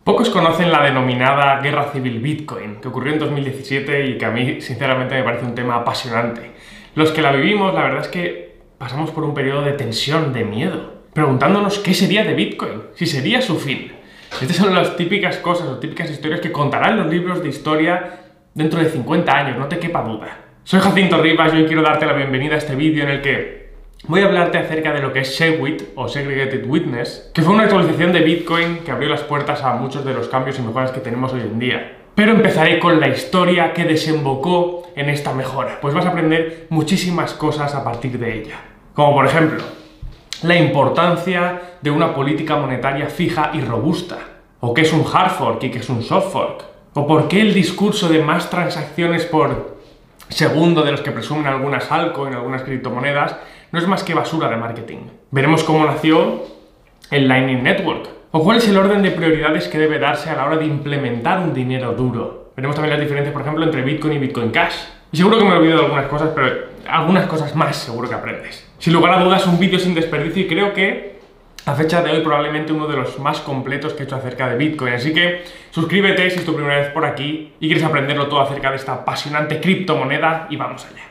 Pocos conocen la denominada Guerra Civil Bitcoin, que ocurrió en 2017 y que a mí, sinceramente, me parece un tema apasionante. Los que la vivimos, la verdad es que pasamos por un periodo de tensión, de miedo, preguntándonos qué sería de Bitcoin, si sería su fin. Estas son las típicas cosas o típicas historias que contarán los libros de historia dentro de 50 años, no te quepa duda. Soy Jacinto Rivas y hoy quiero darte la bienvenida a este vídeo en el que voy a hablarte acerca de lo que es SegWit o Segregated Witness, que fue una actualización de Bitcoin que abrió las puertas a muchos de los cambios y mejoras que tenemos hoy en día. Pero empezaré con la historia que desembocó en esta mejora, pues vas a aprender muchísimas cosas a partir de ella. Como por ejemplo, la importancia de una política monetaria fija y robusta, o qué es un hard fork y qué es un soft fork, o por qué el discurso de más transacciones por segundo de los que presumen algunas altcoins, algunas criptomonedas, no es más que basura de marketing. Veremos cómo nació el Lightning Network, o cuál es el orden de prioridades que debe darse a la hora de implementar un dinero duro. Veremos también las diferencias, por ejemplo, entre Bitcoin y Bitcoin Cash. Y seguro que me he olvidado de algunas cosas, pero algunas cosas más seguro que aprendes. Sin lugar a dudas, un vídeo sin desperdicio y creo que a fecha de hoy probablemente uno de los más completos que he hecho acerca de Bitcoin. Así que suscríbete si es tu primera vez por aquí y quieres aprenderlo todo acerca de esta apasionante criptomoneda y vamos allá.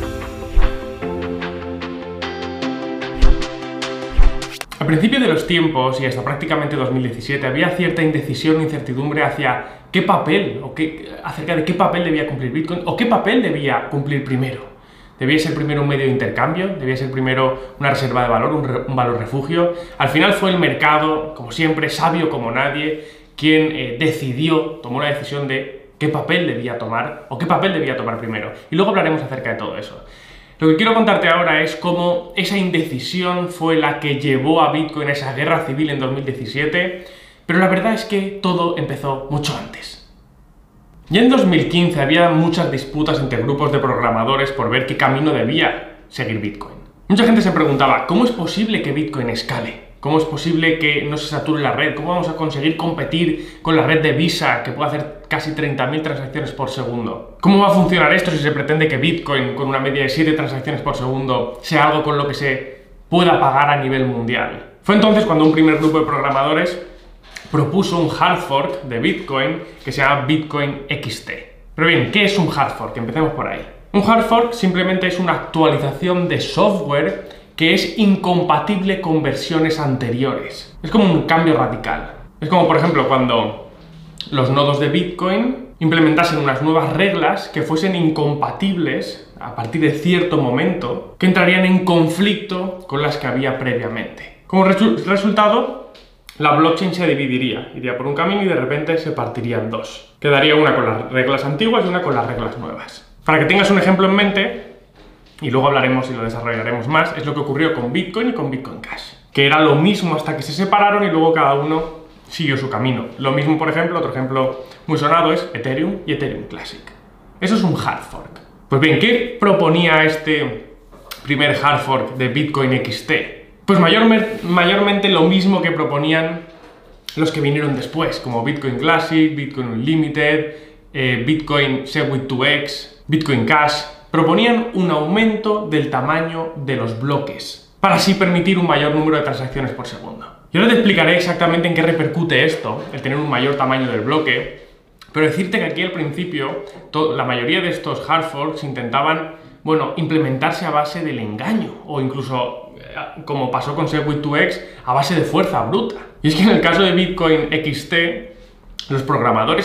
Al principio de los tiempos y hasta prácticamente 2017 había cierta indecisión e incertidumbre hacia qué papel acerca de qué papel debía cumplir Bitcoin o qué papel debía cumplir primero. ¿Debía ser primero un medio de intercambio? ¿Debía ser primero una reserva de valor, un valor refugio? Al final fue el mercado, como siempre, sabio como nadie, quien tomó la decisión de qué papel debía tomar o qué papel debía tomar primero. Y luego hablaremos acerca de todo eso. Lo que quiero contarte ahora es cómo esa indecisión fue la que llevó a Bitcoin a esa guerra civil en 2017, pero la verdad es que todo empezó mucho antes. Ya en 2015 había muchas disputas entre grupos de programadores por ver qué camino debía seguir Bitcoin. Mucha gente se preguntaba, ¿cómo es posible que Bitcoin escale? ¿Cómo es posible que no se sature la red? ¿Cómo vamos a conseguir competir con la red de Visa, que puede hacer casi 30.000 transacciones por segundo? ¿Cómo va a funcionar esto si se pretende que Bitcoin, con una media de 7 transacciones por segundo, sea algo con lo que se pueda pagar a nivel mundial? Fue entonces cuando un primer grupo de programadores propuso un hard fork de Bitcoin que se llama Bitcoin XT. Pero bien, ¿qué es un hard fork? Empecemos por ahí. Un hard fork simplemente es una actualización de software que es incompatible con versiones anteriores. Es como un cambio radical. Es como, por ejemplo, cuando los nodos de Bitcoin implementasen unas nuevas reglas que fuesen incompatibles a partir de cierto momento, que entrarían en conflicto con las que había previamente. Como resultado, la blockchain se dividiría, iría por un camino y de repente se partiría en dos. Quedaría una con las reglas antiguas y una con las reglas nuevas. Para que tengas un ejemplo en mente, y luego hablaremos y lo desarrollaremos más, es lo que ocurrió con Bitcoin y con Bitcoin Cash, que era lo mismo hasta que se separaron y luego cada uno siguió su camino. Lo mismo, por ejemplo, otro ejemplo muy sonado es Ethereum y Ethereum Classic. Eso es un hard fork. Pues bien, ¿qué proponía este primer hard fork de Bitcoin XT? Pues mayormente lo mismo que proponían los que vinieron después, como Bitcoin Classic, Bitcoin Unlimited, Bitcoin SegWit 2x, Bitcoin Cash. Proponían un aumento del tamaño de los bloques, para así permitir un mayor número de transacciones por segundo. Y ahora te explicaré exactamente en qué repercute esto, el tener un mayor tamaño del bloque, pero decirte que aquí al principio la mayoría de estos hard forks intentaban, implementarse a base del engaño, o incluso, como pasó con SegWit 2x, a base de fuerza bruta. Y es que en el caso de Bitcoin XT, los programadores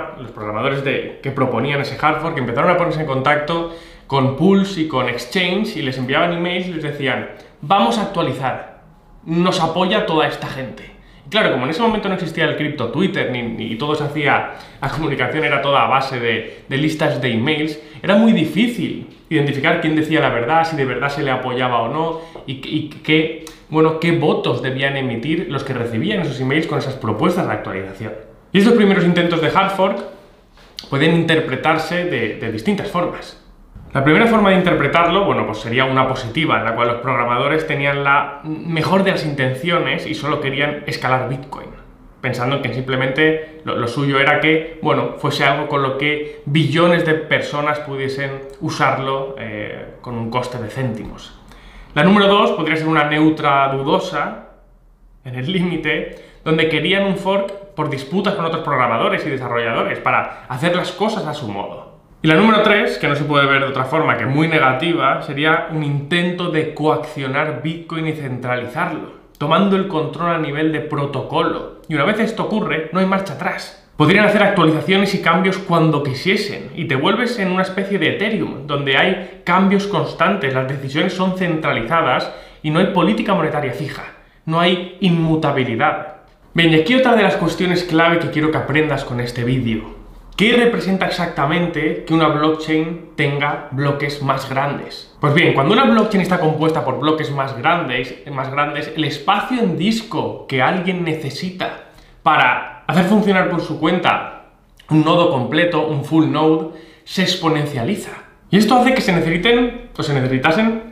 que proponían ese hard fork empezaron a ponerse en contacto con pools y con exchange y les enviaban emails y les decían, vamos a actualizar, nos apoya toda esta gente. Y claro, como en ese momento no existía el cripto Twitter ni todo se hacía, la comunicación era toda a base de listas de emails, era muy difícil identificar quién decía la verdad, si de verdad se le apoyaba o no y qué votos debían emitir los que recibían esos emails con esas propuestas de actualización. Y estos primeros intentos de hard fork pueden interpretarse de distintas formas. La primera forma de interpretarlo, pues sería una positiva, en la cual los programadores tenían la mejor de las intenciones y solo querían escalar Bitcoin, pensando en que simplemente lo suyo era que, fuese algo con lo que billones de personas pudiesen usarlo con un coste de céntimos. La número 2 podría ser una neutra dudosa, en el límite, donde querían un fork por disputas con otros programadores y desarrolladores para hacer las cosas a su modo. Y la número 3, que no se puede ver de otra forma que muy negativa, sería un intento de coaccionar Bitcoin y centralizarlo, tomando el control a nivel de protocolo. Y una vez esto ocurre, no hay marcha atrás. Podrían hacer actualizaciones y cambios cuando quisiesen, y te vuelves en una especie de Ethereum, donde hay cambios constantes, las decisiones son centralizadas y no hay política monetaria fija, no hay inmutabilidad. Bien, y aquí otra de las cuestiones clave que quiero que aprendas con este vídeo. ¿Qué representa exactamente que una blockchain tenga bloques más grandes? Pues bien, cuando una blockchain está compuesta por bloques más grandes, el espacio en disco que alguien necesita para hacer funcionar por su cuenta un nodo completo, un full node, se exponencializa. Y esto hace que se necesitasen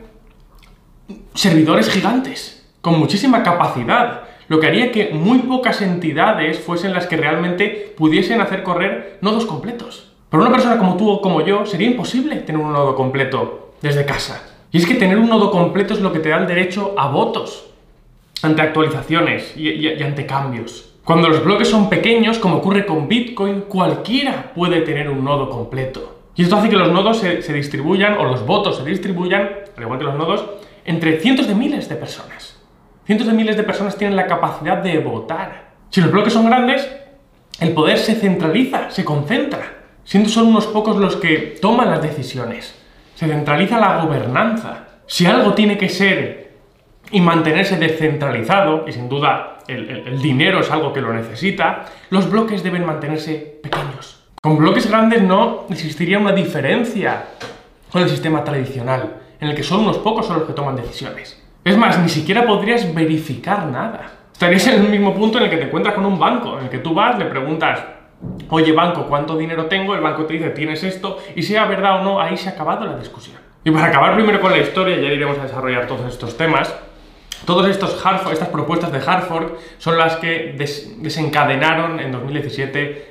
servidores gigantes, con muchísima capacidad, lo que haría que muy pocas entidades fuesen las que realmente pudiesen hacer correr nodos completos. Para una persona como tú o como yo, sería imposible tener un nodo completo desde casa. Y es que tener un nodo completo es lo que te da el derecho a votos ante actualizaciones y ante cambios. Cuando los bloques son pequeños, como ocurre con Bitcoin, cualquiera puede tener un nodo completo. Y esto hace que los nodos se distribuyan, o los votos se distribuyan, al igual que los nodos, entre cientos de miles de personas. Cientos de miles de personas tienen la capacidad de votar. Si los bloques son grandes, el poder se centraliza, se concentra, siendo solo unos pocos los que toman las decisiones. Se centraliza la gobernanza. Si algo tiene que ser y mantenerse descentralizado, y sin duda el dinero es algo que lo necesita, los bloques deben mantenerse pequeños. Con bloques grandes no existiría una diferencia con el sistema tradicional, en el que solo unos pocos son los que toman decisiones. Es más, ni siquiera podrías verificar nada. Estarías en el mismo punto en el que te encuentras con un banco, en el que tú vas, le preguntas: oye banco, ¿cuánto dinero tengo? El banco te dice: tienes esto, y sea verdad o no, ahí se ha acabado la discusión. Y para acabar primero con la historia, ya iremos a desarrollar todos estos temas. Todos estas propuestas de hard fork son las que desencadenaron en 2017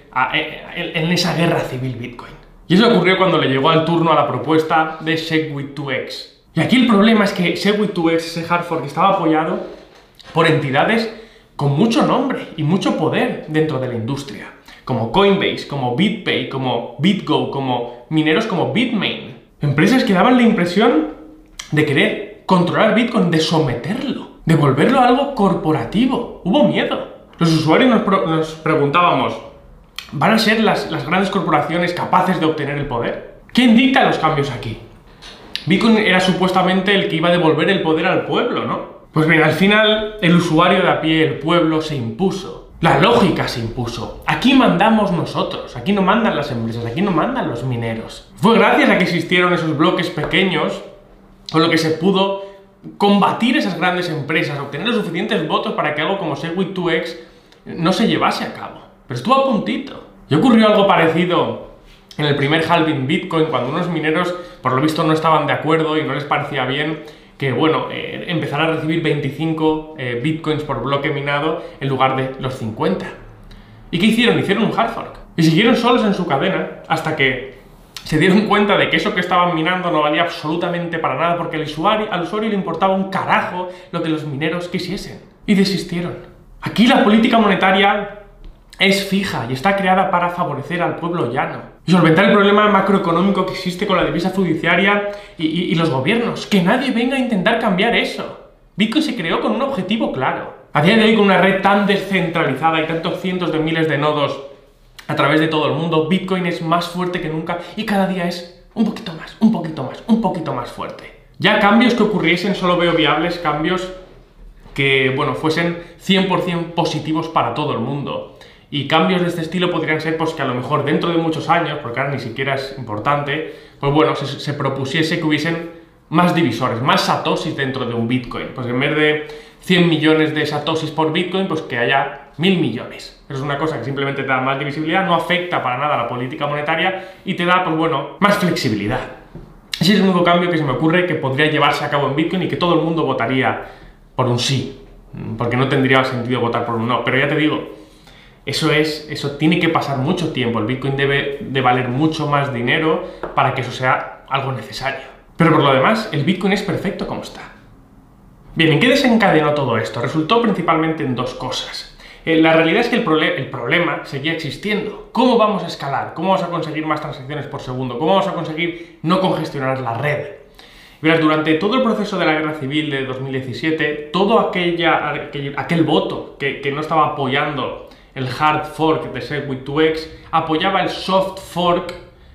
en esa guerra civil Bitcoin. Y eso ocurrió cuando le llegó el turno a la propuesta de SegWit2x. Y aquí el problema es que SegWit2x, ese hard fork, estaba apoyado por entidades con mucho nombre y mucho poder dentro de la industria, como Coinbase, como BitPay, como BitGo, como mineros como Bitmain. Empresas que daban la impresión de querer controlar Bitcoin, de someterlo, de volverlo a algo corporativo. Hubo miedo. Los usuarios nos preguntábamos: ¿van a ser las grandes corporaciones capaces de obtener el poder? ¿Quién dicta los cambios aquí? Bitcoin era supuestamente el que iba a devolver el poder al pueblo, ¿no? Pues bien, al final el usuario de a pie, el pueblo, se impuso. La lógica se impuso. Aquí mandamos nosotros, aquí no mandan las empresas, aquí no mandan los mineros. Fue gracias a que existieron esos bloques pequeños con lo que se pudo combatir esas grandes empresas, obtener los suficientes votos para que algo como SegWit2x no se llevase a cabo. Pero estuvo a puntito. Y ocurrió algo parecido en el primer halving Bitcoin, cuando unos mineros, por lo visto, no estaban de acuerdo y no les parecía bien que, bueno, empezara a recibir 25 Bitcoins por bloque minado en lugar de los 50. ¿Y qué hicieron? Hicieron un hard fork. Y siguieron solos en su cadena hasta que se dieron cuenta de que eso que estaban minando no valía absolutamente para nada, porque al usuario le importaba un carajo lo que los mineros quisiesen. Y desistieron. Aquí la política monetaria es fija y está creada para favorecer al pueblo llano y solventar el problema macroeconómico que existe con la divisa fiduciaria y los gobiernos. Que nadie venga a intentar cambiar eso. Bitcoin se creó con un objetivo claro. A día de hoy, con una red tan descentralizada y tantos cientos de miles de nodos a través de todo el mundo, Bitcoin es más fuerte que nunca y cada día es un poquito más, un poquito más, un poquito más fuerte. Ya cambios que ocurriesen solo veo viables, cambios que, bueno, fuesen 100% positivos para todo el mundo. Y cambios de este estilo podrían ser, pues, que a lo mejor dentro de muchos años, porque ahora ni siquiera es importante, pues bueno, se propusiese que hubiesen más divisores, más satoshis dentro de un Bitcoin. Pues en vez de 100 millones de satoshis por Bitcoin, pues que haya 1000 millones. Eso es una cosa que simplemente te da más divisibilidad, no afecta para nada a la política monetaria y te da, pues bueno, más flexibilidad. Ese es el único cambio que se me ocurre que podría llevarse a cabo en Bitcoin y que todo el mundo votaría por un sí, porque no tendría sentido votar por un no. Pero ya te digo, eso tiene que pasar mucho tiempo. El Bitcoin debe de valer mucho más dinero para que eso sea algo necesario. Pero por lo demás, el Bitcoin es perfecto como está. Bien, ¿en qué desencadenó todo esto? Resultó principalmente en dos cosas. La realidad es que el problema seguía existiendo. ¿Cómo vamos a escalar? ¿Cómo vamos a conseguir más transacciones por segundo? ¿Cómo vamos a conseguir no congestionar la red? Verás, durante todo el proceso de la guerra civil de 2017, todo aquel voto que no estaba apoyando el hard fork de SegWit2x, apoyaba el soft fork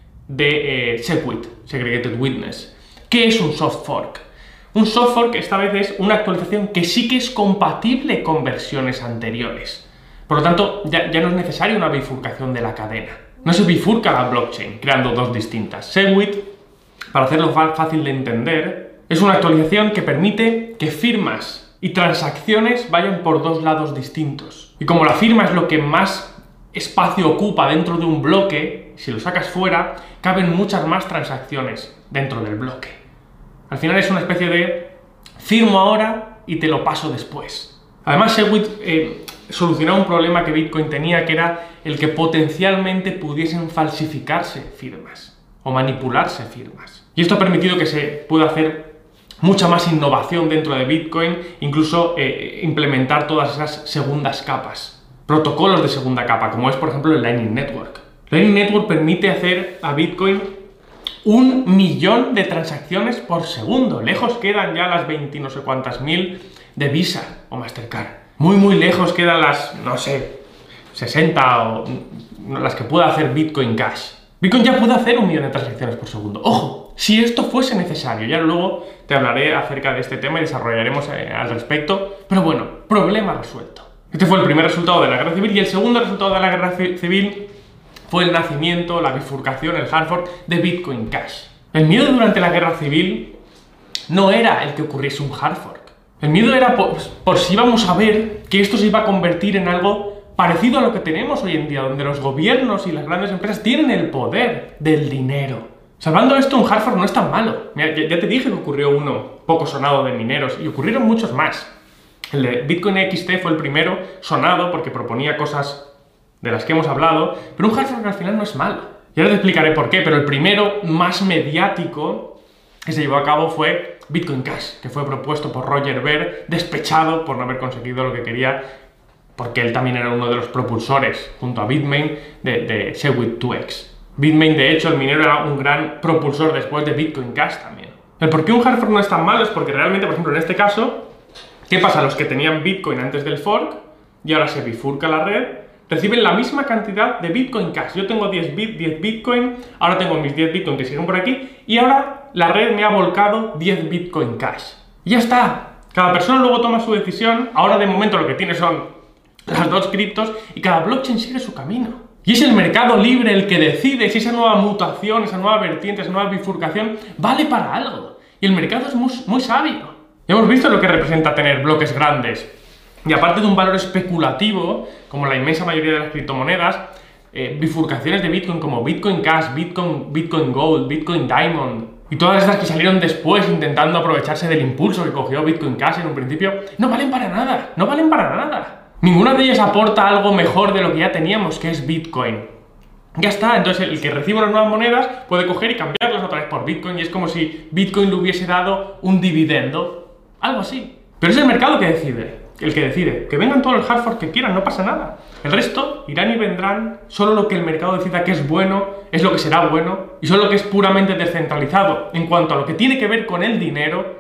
de SegWit, Segregated Witness. ¿Qué es un soft fork? Un soft fork esta vez es una actualización que sí que es compatible con versiones anteriores. Por lo tanto, ya no es necesaria una bifurcación de la cadena. No se bifurca la blockchain creando dos distintas. SegWit, para hacerlo fácil de entender, es una actualización que permite que firmas y transacciones vayan por dos lados distintos. Y como la firma es lo que más espacio ocupa dentro de un bloque, si lo sacas fuera, caben muchas más transacciones dentro del bloque. Al final es una especie de firmo ahora y te lo paso después. Además, SegWit solucionaba un problema que Bitcoin tenía, que era el que potencialmente pudiesen falsificarse firmas o manipularse firmas. Y esto ha permitido que se pueda hacer mucha más innovación dentro de Bitcoin, incluso implementar todas esas segundas capas, protocolos de segunda capa, como es por ejemplo el Lightning Network. Lightning Network permite hacer a Bitcoin 1 millón de transacciones por segundo. Lejos quedan ya las 20 no sé cuántas mil de Visa o Mastercard. Muy lejos quedan las, no sé, 60 o las que pueda hacer Bitcoin Cash. Bitcoin ya puede hacer 1 millón de transacciones por segundo. ¡Ojo! Si esto fuese necesario, ya luego te hablaré acerca de este tema y desarrollaremos al respecto. Pero bueno, problema resuelto. Este fue el primer resultado de la guerra civil, y el segundo resultado de la guerra civil fue el nacimiento, la bifurcación, el hard fork de Bitcoin Cash. El miedo durante la guerra civil no era el que ocurriese un hard fork. El miedo era por si íbamos a ver que esto se iba a convertir en algo parecido a lo que tenemos hoy en día, donde los gobiernos y las grandes empresas tienen el poder del dinero. Salvando esto, un hard fork no es tan malo. Mira, ya te dije que ocurrió uno poco sonado de mineros, y ocurrieron muchos más. El de Bitcoin XT fue el primero sonado porque proponía cosas de las que hemos hablado, pero un hard fork al final no es malo. Y ahora te explicaré por qué, pero el primero más mediático que se llevó a cabo fue Bitcoin Cash, que fue propuesto por Roger Ver, despechado por no haber conseguido lo que quería, porque él también era uno de los propulsores, junto a Bitmain, de SegWit2x. Bitmain, de hecho, el minero, era un gran propulsor después de Bitcoin Cash también. El por qué un hard fork no es tan malo es porque realmente, por ejemplo, en este caso, ¿qué pasa? Los que tenían Bitcoin antes del fork y ahora se bifurca la red, reciben la misma cantidad de Bitcoin Cash. Yo tengo 10 Bitcoin, ahora tengo mis 10 Bitcoin que siguen por aquí, y ahora la red me ha volcado 10 Bitcoin Cash. Y ya está. Cada persona luego toma su decisión. Ahora de momento lo que tiene son las dos criptos, y cada blockchain sigue su camino. Y es el mercado libre el que decide si esa nueva mutación, esa nueva vertiente, esa nueva bifurcación vale para algo. Y el mercado es muy sabio. Ya hemos visto lo que representa tener bloques grandes. Y aparte de un valor especulativo, como la inmensa mayoría de las criptomonedas, bifurcaciones de Bitcoin como Bitcoin Cash, Bitcoin Gold, Bitcoin Diamond, y todas estas que salieron después intentando aprovecharse del impulso que cogió Bitcoin Cash en un principio, no valen para nada, no valen para nada. Ninguna de ellas aporta algo mejor de lo que ya teníamos, que es Bitcoin. Ya está, entonces el que recibe las nuevas monedas puede coger y cambiarlas otra vez por Bitcoin, y es como si Bitcoin le hubiese dado un dividendo, algo así. Pero es el mercado que decide. El que decide, que vengan todos los hard forks que quieran, no pasa nada. El resto irán y vendrán, solo lo que el mercado decida que es bueno, es lo que será bueno, y solo lo que es puramente descentralizado, en cuanto a lo que tiene que ver con el dinero,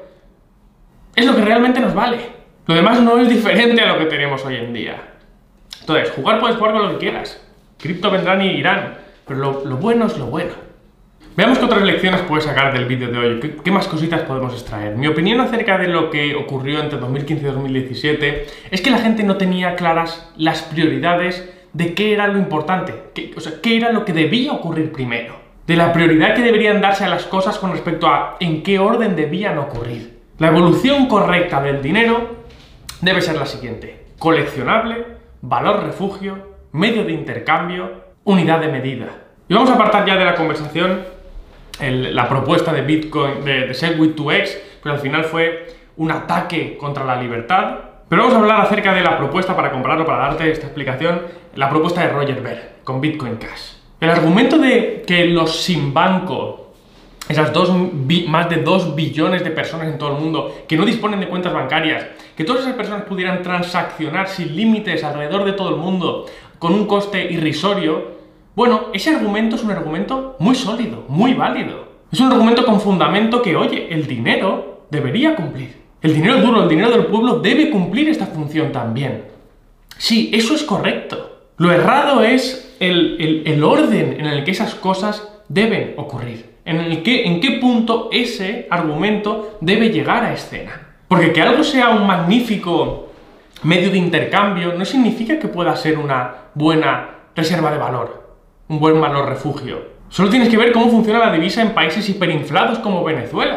es lo que realmente nos vale. Lo demás no es diferente a lo que tenemos hoy en día. Entonces, puedes jugar con lo que quieras. Cripto vendrán y irán, pero lo bueno es lo bueno. Veamos qué otras lecciones puedes sacar del vídeo de hoy, qué más cositas podemos extraer. Mi opinión acerca de lo que ocurrió entre 2015 y 2017 es que la gente no tenía claras las prioridades de qué era lo importante, qué era lo que debía ocurrir primero, de la prioridad que deberían darse a las cosas con respecto a en qué orden debían ocurrir. La evolución correcta del dinero debe ser la siguiente: coleccionable, valor refugio, medio de intercambio, unidad de medida. Y vamos a apartar ya de la conversación la propuesta de Bitcoin, de SegWit2x, pues al final fue un ataque contra la libertad. Pero vamos a hablar acerca de la propuesta, para compararlo, para darte esta explicación, la propuesta de Roger Ver con Bitcoin Cash. El argumento de que los sin banco esas más de 2 billones de personas en todo el mundo que no disponen de cuentas bancarias, que todas esas personas pudieran transaccionar sin límites alrededor de todo el mundo con un coste irrisorio, bueno, ese argumento es un argumento muy sólido, muy válido. Es un argumento con fundamento que, oye, el dinero debería cumplir. El dinero duro, el dinero del pueblo debe cumplir esta función también. Sí, eso es correcto. Lo errado es el orden en el que esas cosas deben ocurrir. En qué punto ese argumento debe llegar a escena. Porque que algo sea un magnífico medio de intercambio no significa que pueda ser una buena reserva de valor, un buen valor refugio. Solo tienes que ver cómo funciona la divisa en países hiperinflados como Venezuela.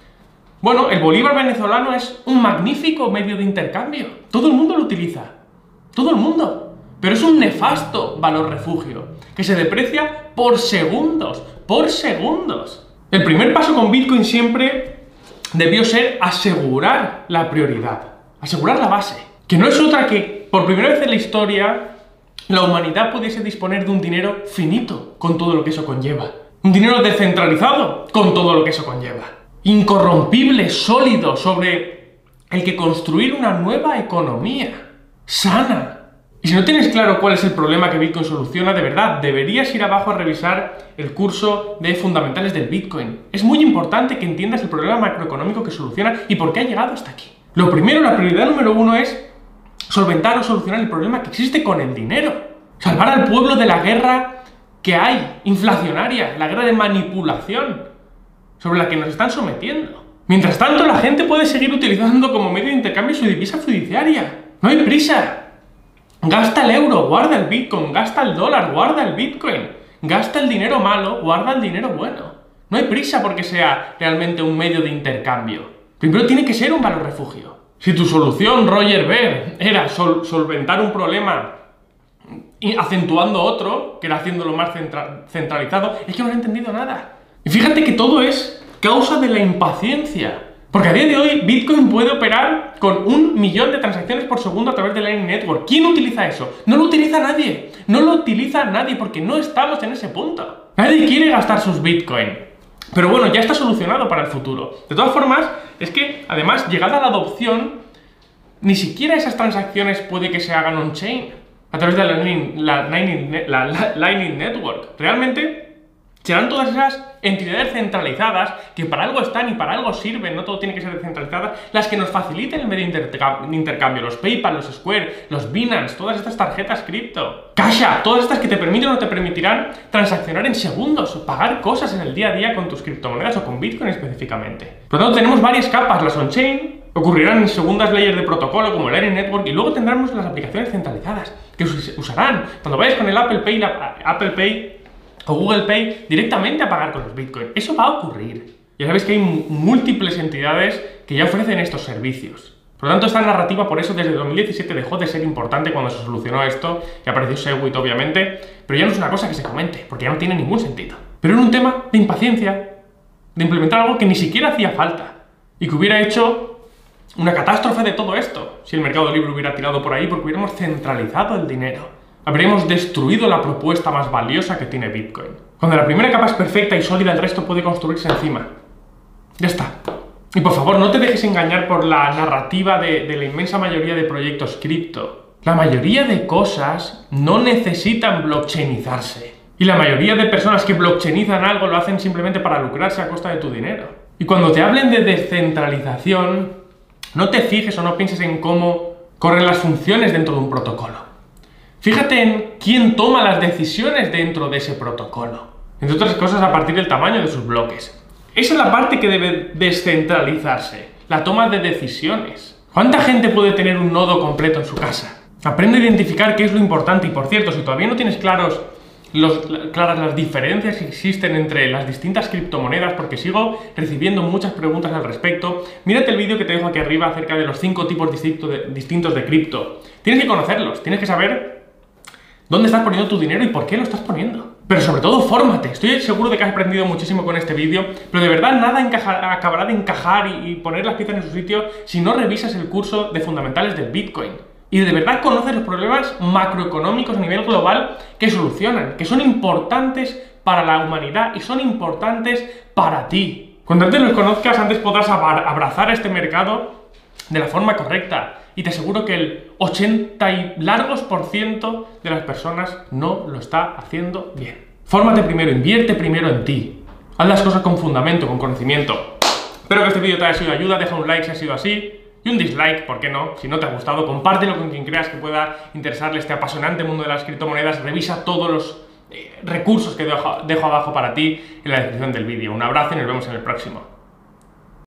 Bueno, el bolívar venezolano es un magnífico medio de intercambio. Todo el mundo lo utiliza. Todo el mundo. Pero es un nefasto valor refugio, que se deprecia por segundos. ¡Por segundos! El primer paso con Bitcoin siempre debió ser asegurar la prioridad. Asegurar la base. Que no es otra que, por primera vez en la historia, la humanidad pudiese disponer de un dinero finito, con todo lo que eso conlleva. Un dinero descentralizado, con todo lo que eso conlleva. Incorrompible, sólido, sobre el que construir una nueva economía. Sana. Y si no tienes claro cuál es el problema que Bitcoin soluciona, de verdad, deberías ir abajo a revisar el curso de fundamentales del Bitcoin. Es muy importante que entiendas el problema macroeconómico que soluciona y por qué ha llegado hasta aquí. Lo primero, la prioridad número 1 es solventar o solucionar el problema que existe con el dinero. Salvar al pueblo de la guerra que hay, inflacionaria, la guerra de manipulación, sobre la que nos están sometiendo. Mientras tanto, la gente puede seguir utilizando como medio de intercambio su divisa fiduciaria. No hay prisa. Gasta el euro, guarda el Bitcoin. Gasta el dólar, guarda el Bitcoin. Gasta el dinero malo, guarda el dinero bueno. No hay prisa porque sea realmente un medio de intercambio. Primero tiene que ser un valor refugio. Si tu solución, Roger Ver, era solventar un problema y acentuando otro, que era haciéndolo más centralizado, es que no has entendido nada. Y fíjate que todo es causa de la impaciencia. Porque a día de hoy Bitcoin puede operar con 1 millón de transacciones por segundo a través de Lightning Network. ¿Quién utiliza eso? No lo utiliza nadie. No lo utiliza nadie porque no estamos en ese punto. Nadie quiere gastar sus Bitcoin. Pero bueno, ya está solucionado para el futuro. De todas formas, es que además, llegada a la adopción, ni siquiera esas transacciones puede que se hagan on-chain a través de la Lightning Network. Realmente serán todas esas entidades centralizadas que para algo están y para algo sirven, no todo tiene que ser descentralizado, las que nos faciliten el medio de intercambio, los PayPal, los Square, los Binance, todas estas tarjetas cripto, Cash App, todas estas que te permiten o te permitirán transaccionar en segundos, o pagar cosas en el día a día con tus criptomonedas o con Bitcoin específicamente. Por lo tanto, tenemos varias capas, las on-chain ocurrirán en segundas layers de protocolo como el Lightning Network y luego tendremos las aplicaciones centralizadas que usarán cuando vayas con el Apple Pay o Google Pay directamente a pagar con los Bitcoin. Eso va a ocurrir. Ya sabéis que hay múltiples entidades que ya ofrecen estos servicios. Por lo tanto, esta narrativa, por eso, desde 2017 dejó de ser importante cuando se solucionó esto, y apareció Segwit, obviamente, pero ya no es una cosa que se comente, porque ya no tiene ningún sentido. Pero era un tema de impaciencia, de implementar algo que ni siquiera hacía falta, y que hubiera hecho una catástrofe de todo esto, si el mercado libre hubiera tirado por ahí, porque hubiéramos centralizado el dinero. Habríamos destruido la propuesta más valiosa que tiene Bitcoin. Cuando la primera capa es perfecta y sólida, el resto puede construirse encima. Ya está. Y por favor, no te dejes engañar por la narrativa de la inmensa mayoría de proyectos cripto. La mayoría de cosas no necesitan blockchainizarse. Y la mayoría de personas que blockchainizan algo lo hacen simplemente para lucrarse a costa de tu dinero. Y cuando te hablen de descentralización, no te fijes o no pienses en cómo corren las funciones dentro de un protocolo. Fíjate en quién toma las decisiones dentro de ese protocolo. Entre otras cosas, a partir del tamaño de sus bloques. Esa es la parte que debe descentralizarse, la toma de decisiones. ¿Cuánta gente puede tener un nodo completo en su casa? Aprende a identificar qué es lo importante y, por cierto, si todavía no tienes claras las diferencias que existen entre las distintas criptomonedas, porque sigo recibiendo muchas preguntas al respecto, mírate el vídeo que te dejo aquí arriba acerca de los 5 tipos distintos de cripto. Tienes que conocerlos, tienes que saber dónde estás poniendo tu dinero y por qué lo estás poniendo. Pero sobre todo, fórmate. Estoy seguro de que has aprendido muchísimo con este vídeo, pero de verdad nada acabará de encajar y poner las piezas en su sitio si no revisas el curso de fundamentales del Bitcoin. Y de verdad conoces los problemas macroeconómicos a nivel global que solucionan, que son importantes para la humanidad y son importantes para ti. Cuanto antes los conozcas, antes podrás abrazar este mercado de la forma correcta. Y te aseguro que el 80 y largos por ciento de las personas no lo está haciendo bien. Fórmate primero, invierte primero en ti. Haz las cosas con fundamento, con conocimiento. Espero que este vídeo te haya sido de ayuda, deja un like si ha sido así. Y un dislike, ¿por qué no? Si no te ha gustado, compártelo con quien creas que pueda interesarle este apasionante mundo de las criptomonedas. Revisa todos los recursos que dejo abajo para ti en la descripción del vídeo. Un abrazo y nos vemos en el próximo.